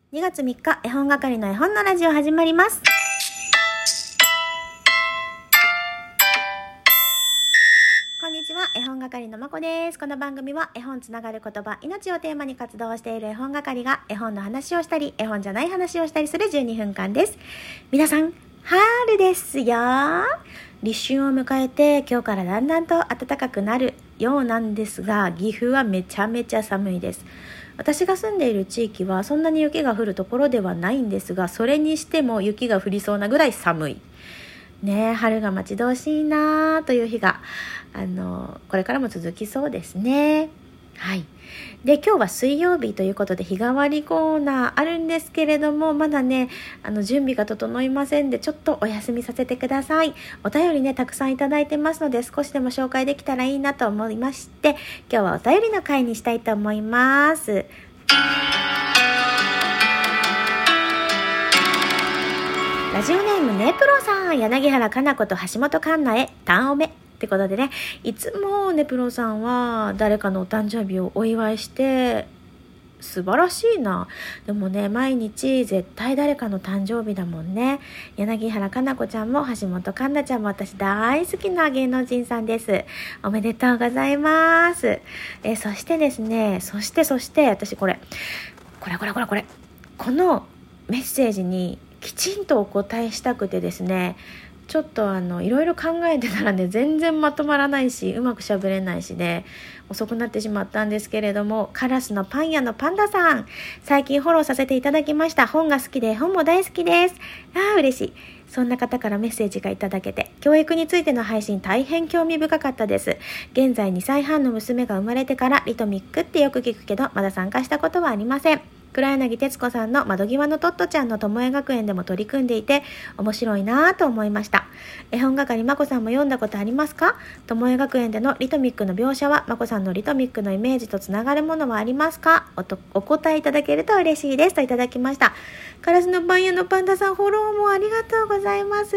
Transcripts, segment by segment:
2月3日、絵本係の絵本のラジオ始まります。こんにちは、絵本係のまこです。この番組は絵本つながる言葉、命をテーマに活動している絵本係が絵本の話をしたり、絵本じゃない話をしたりする12分間です。皆さん、春ですよ。立春を迎えて今日からだんだんと暖かくなるようなんですが、岐阜はめちゃめちゃ寒いです。私が住んでいる地域はそんなに雪が降るところではないんですが、それにしても雪が降りそうなぐらい寒いね。春が待ち遠しいなという日がこれからも続きそうですね。はい。で、今日は水曜日ということで日替わりコーナーあるんですけれども、まだね準備が整いませんで、ちょっとお休みさせてください。お便りねたくさんいただいてますので、少しでも紹介できたらいいなと思いまして、今日はお便りの回にしたいと思います。ラジオネームねプロさん、柳原かな子と橋本環奈へ単おめってことでね、いつもねプロさんは誰かのお誕生日をお祝いして素晴らしいな。でもね、毎日絶対誰かの誕生日だもんね。柳原かな子ちゃんも橋本環奈ちゃんも私大好きな芸能人さんです。おめでとうございます。そしてですね、そして私このメッセージにきちんとお答えしたくてですね、ちょっといろいろ考えてたらね、全然まとまらないし、うまくしゃべれないしで、遅くなってしまったんですけれども、カラスのパン屋のパンダさん、最近フォローさせていただきました。本が好きで、本も大好きです。嬉しい。そんな方からメッセージがいただけて、教育についての配信大変興味深かったです。現在2歳半の娘が生まれてからリトミックってよく聞くけど、まだ参加したことはありません。黒柳徹子さんの窓際のトットちゃんのともえ学園でも取り組んでいて面白いなと思いました。絵本係まこさんも読んだことありますか？ともえ学園でのリトミックの描写はまこさんのリトミックのイメージとつながるものはありますか？お答えいただけると嬉しいですといただきました。カラスのパン屋のパンダさん、フォローもありがとうございます。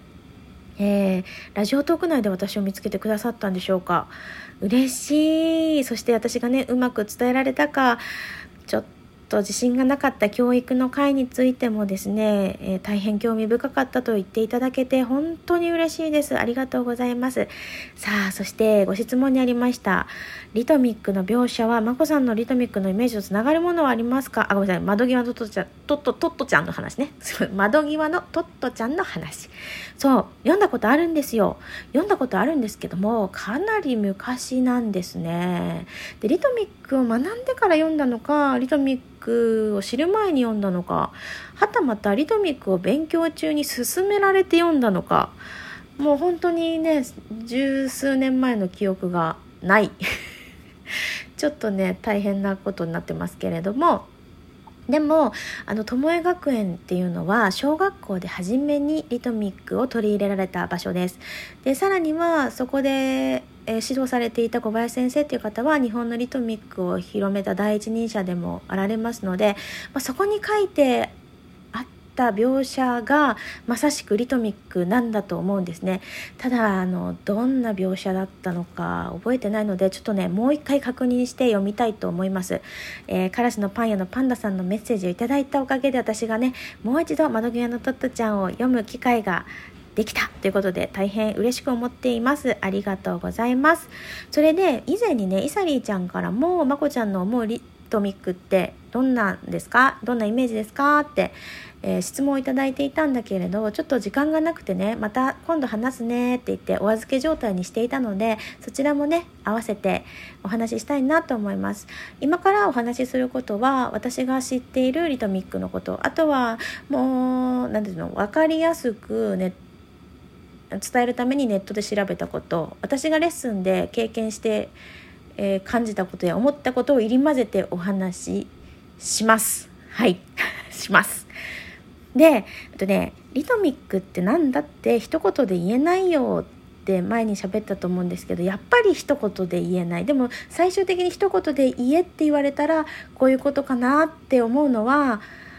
ラジオトーク内で私を見つけてくださったんでしょうか。嬉しい。そして私がねうまく伝えられたかちょっと自信がなかった教育の会についてもですね、大変興味深かったと言っていただけて本当に嬉しいです。ありがとうございます。さあ、そしてご質問にありましたリトミックの描写はまこさんのリトミックのイメージとつながるものはありますか？ごめんなさい、窓際のトットちゃんの話ね窓際のトットちゃんの話、そう読んだことあるんですよ。読んだことあるんですけども、かなり昔なんですね。でリトミックを学んでから読んだのか、リトミックを知る前に読んだのか、はたまたリトミックを勉強中に勧められて読んだのか、もう本当にね十数年前の記憶がないちょっとね大変なことになってますけれども、でもともえ学園っていうのは小学校で初めにリトミックを取り入れられた場所です。でさらにはそこで指導されていた小林先生という方は日本のリトミックを広めた第一人者でもあられますので、そこに書いてあった描写がまさしくリトミックなんだと思うんですね。ただどんな描写だったのか覚えてないので、ちょっとねもう一回確認して読みたいと思います。カラスのパン屋のパンダさんのメッセージをいただいたおかげで、私がねもう一度窓際のトットちゃんを読む機会ができたということで大変嬉しく思っています。ありがとうございます。それで以前にねイサリーちゃんからもまこちゃんの思うリトミックってどんなんですか、どんなイメージですかって、質問をいただいていたんだけれど、ちょっと時間がなくてね、また今度話すねって言ってお預け状態にしていたので、そちらもね合わせてお話ししたいなと思います。今からお話しすることは私が知っているリトミックのこと、あとはもう何ていうの、分かりやすく伝えるためにネットで調べたこと、私がレッスンで経験して、感じたことや思ったことを入り混ぜてお話しします。はいします。でリトミックってなんだって一言で言えないよって前に喋ったと思うんですけど、やっぱり一言で言えない。でも最終的に一言で言えって言われたらこういうことかなって思うのは、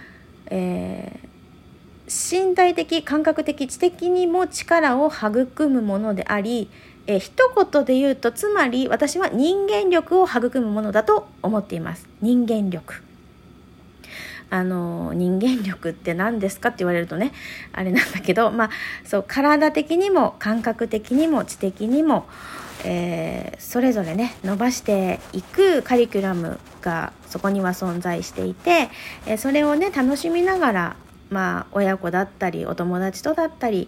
身体的感覚的知的にも力を育むものであり、一言で言うとつまり私は人間力を育むものだと思っています。人間力、 人間力って何ですかって言われるとねあれなんだけど、そう体的にも感覚的にも知的にも、それぞれね伸ばしていくカリキュラムがそこには存在していて、それをね楽しみながら、親子だったりお友達とだったり、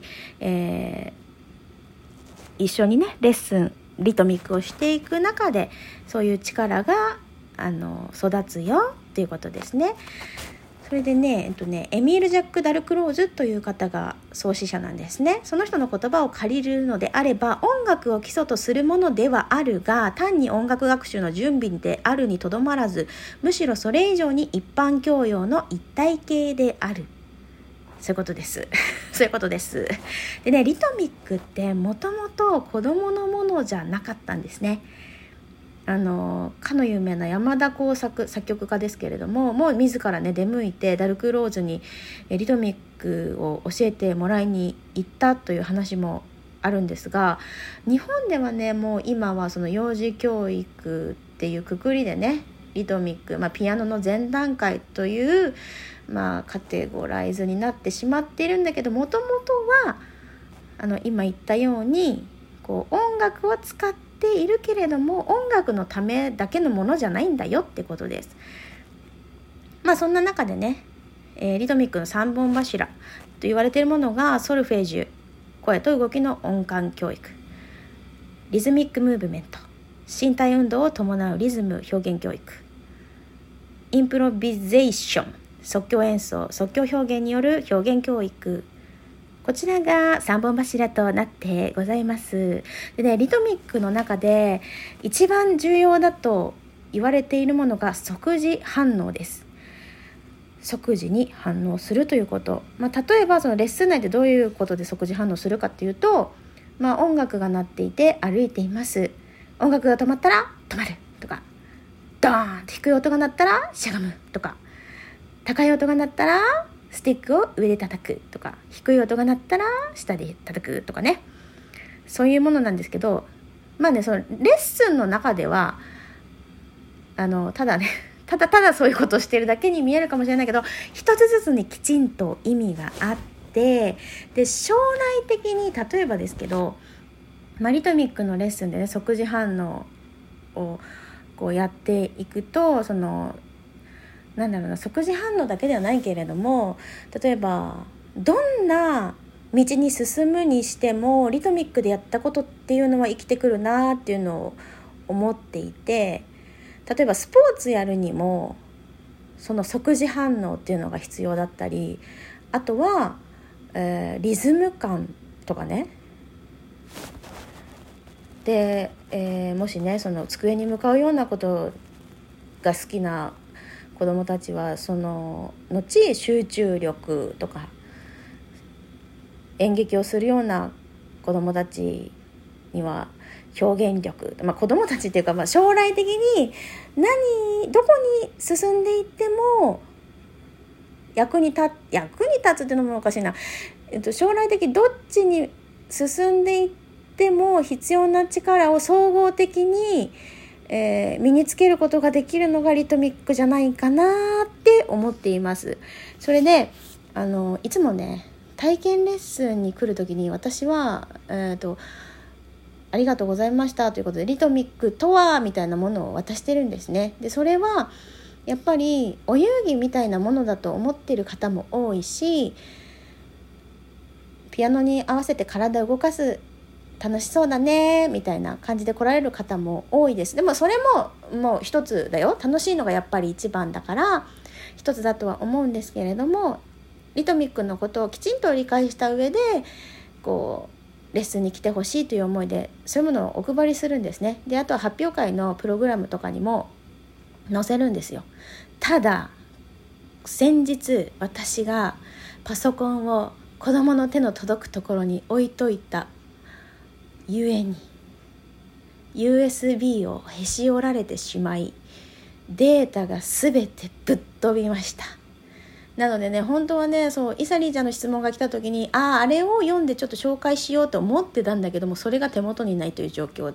一緒にねレッスンリトミックをしていく中でそういう力が育つよっていうことですね。それでね、エミール・ジャック・ダルクローズという方が創始者なんですね。その人の言葉を借りるのであれば、音楽を基礎とするものではあるが、単に音楽学習の準備であるにとどまらず、むしろそれ以上に一般教養の一体系である。そういうことですそういうことです。でね、リトミックってもともと子供のものじゃなかったんですね。かの有名な山田耕作作曲家ですけれども、もう自らね出向いてダルクローズにリトミックを教えてもらいに行ったという話もあるんですが、日本ではねもう今はその幼児教育っていうくくりでねリトミック、ピアノの前段階という、カテゴライズになってしまっているんだけど、もともとは今言ったようにこう音楽を使っているけれども音楽のためだけのものじゃないんだよってことです。そんな中でね、リトミックの3本柱と言われているものがソルフェージュ、声と動きの音感教育、リズミックムーブメント、身体運動を伴うリズム表現教育、インプロビゼーション、即興演奏即興表現による表現教育、こちらが3本柱となってございます。でね、リトミックの中で一番重要だと言われているものが即時反応です。即時に反応するということ、例えばそのレッスン内でどういうことで即時反応するかっていうと、音楽が鳴っていて歩いています。音楽が止まったら止まるとか、ドーンって低い音が鳴ったらしゃがむとか、高い音が鳴ったらスティックを上で叩くとか、低い音が鳴ったら下で叩くとかね、そういうものなんですけど、そのレッスンの中ではただそういうことをしているだけに見えるかもしれないけど、一つずつにきちんと意味があって、で将来的に例えばですけど、リトミックのレッスンでね即時反応をこうやっていくと、即時反応だけではないけれども、例えばどんな道に進むにしてもリトミックでやったことっていうのは生きてくるなっていうのを思っていて、例えばスポーツやるにもその即時反応っていうのが必要だったり、あとは、リズム感とかね。で、もしねその机に向かうようなことが好きな子どもたちは、その後集中力とか演劇をするような子どもたちには表現力、子どもたちっていうか、将来的にどこに進んでいっても役に立つっていうのもおかしいな、将来的にどっちに進んでいっても必要な力を総合的に身につけることができるのがリトミックじゃないかなって思っています。それでいつもね体験レッスンに来るときに私は、ありがとうございましたということでリトミックとはみたいなものを渡してるんですね。でそれはやっぱりお遊戯みたいなものだと思っている方も多いし、ピアノに合わせて体を動かす楽しそうだねみたいな感じで来られる方も多いです。でもそれももう一つだよ、楽しいのがやっぱり一番だから一つだとは思うんですけれども、リトミックのことをきちんと理解した上でこうレッスンに来てほしいという思いでそういうものをお配りするんですね。であとは発表会のプログラムとかにも載せるんですよ。ただ先日私がパソコンを子供の手の届くところに置いといたゆえに USB をへし折られてしまいデータがすべてぶっ飛びました。なのでね、本当はねイサリーちゃんの質問が来た時にあれを読んでちょっと紹介しようと思ってたんだけども、それが手元にないという状況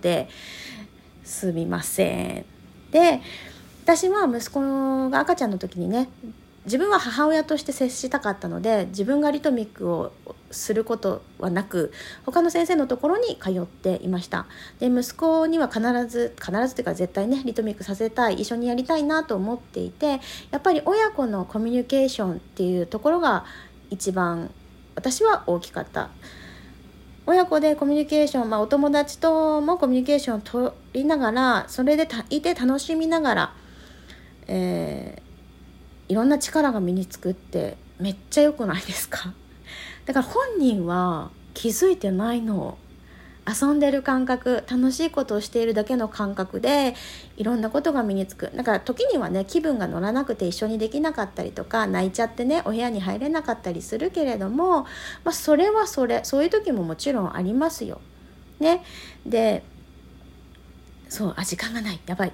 ですみません。で私は息子が赤ちゃんの時にね自分は母親として接したかったので、自分がリトミックをすることはなく、他の先生のところに通っていました。で、息子には必ずというか絶対ね、リトミックさせたい、一緒にやりたいなと思っていて、やっぱり親子のコミュニケーションっていうところが一番私は大きかった。親子でコミュニケーション、お友達ともコミュニケーションを取りながら、それでいて楽しみながら、いろんな力が身につくってめっちゃ良くないですか？だから本人は気づいてないの。遊んでる感覚、楽しいことをしているだけの感覚でいろんなことが身につく。だから時にはね、気分が乗らなくて一緒にできなかったりとか、泣いちゃってね、お部屋に入れなかったりするけれども、それはそういう時ももちろんありますよね。で、時間がない、やばい、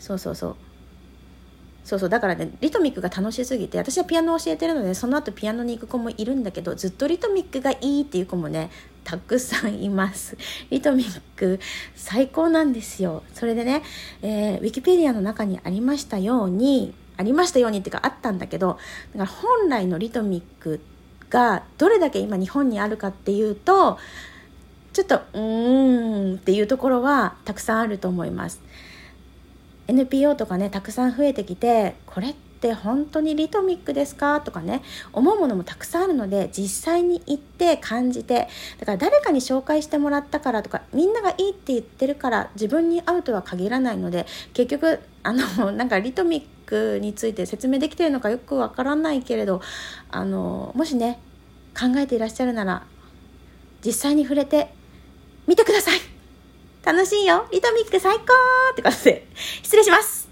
だからね、リトミックが楽しすぎて、私はピアノを教えてるので、その後ピアノに行く子もいるんだけど、ずっとリトミックがいいっていう子もね、たくさんいます。リトミック最高なんですよ。それでね、ウィキペディアの中にありましたようにっていうか、あったんだけど、だから本来のリトミックがどれだけ今日本にあるかっていうと、ちょっとっていうところはたくさんあると思います。NPO とかね、たくさん増えてきて、これって本当にリトミックですかとかね、思うものもたくさんあるので、実際に行って感じて、だから誰かに紹介してもらったからとか、みんながいいって言ってるから自分に合うとは限らないので、結局なんかリトミックについて説明できているのかよくわからないけれど、もしね、考えていらっしゃるなら実際に触れてみてください。楽しいよ、リトミック最高って感じで失礼します。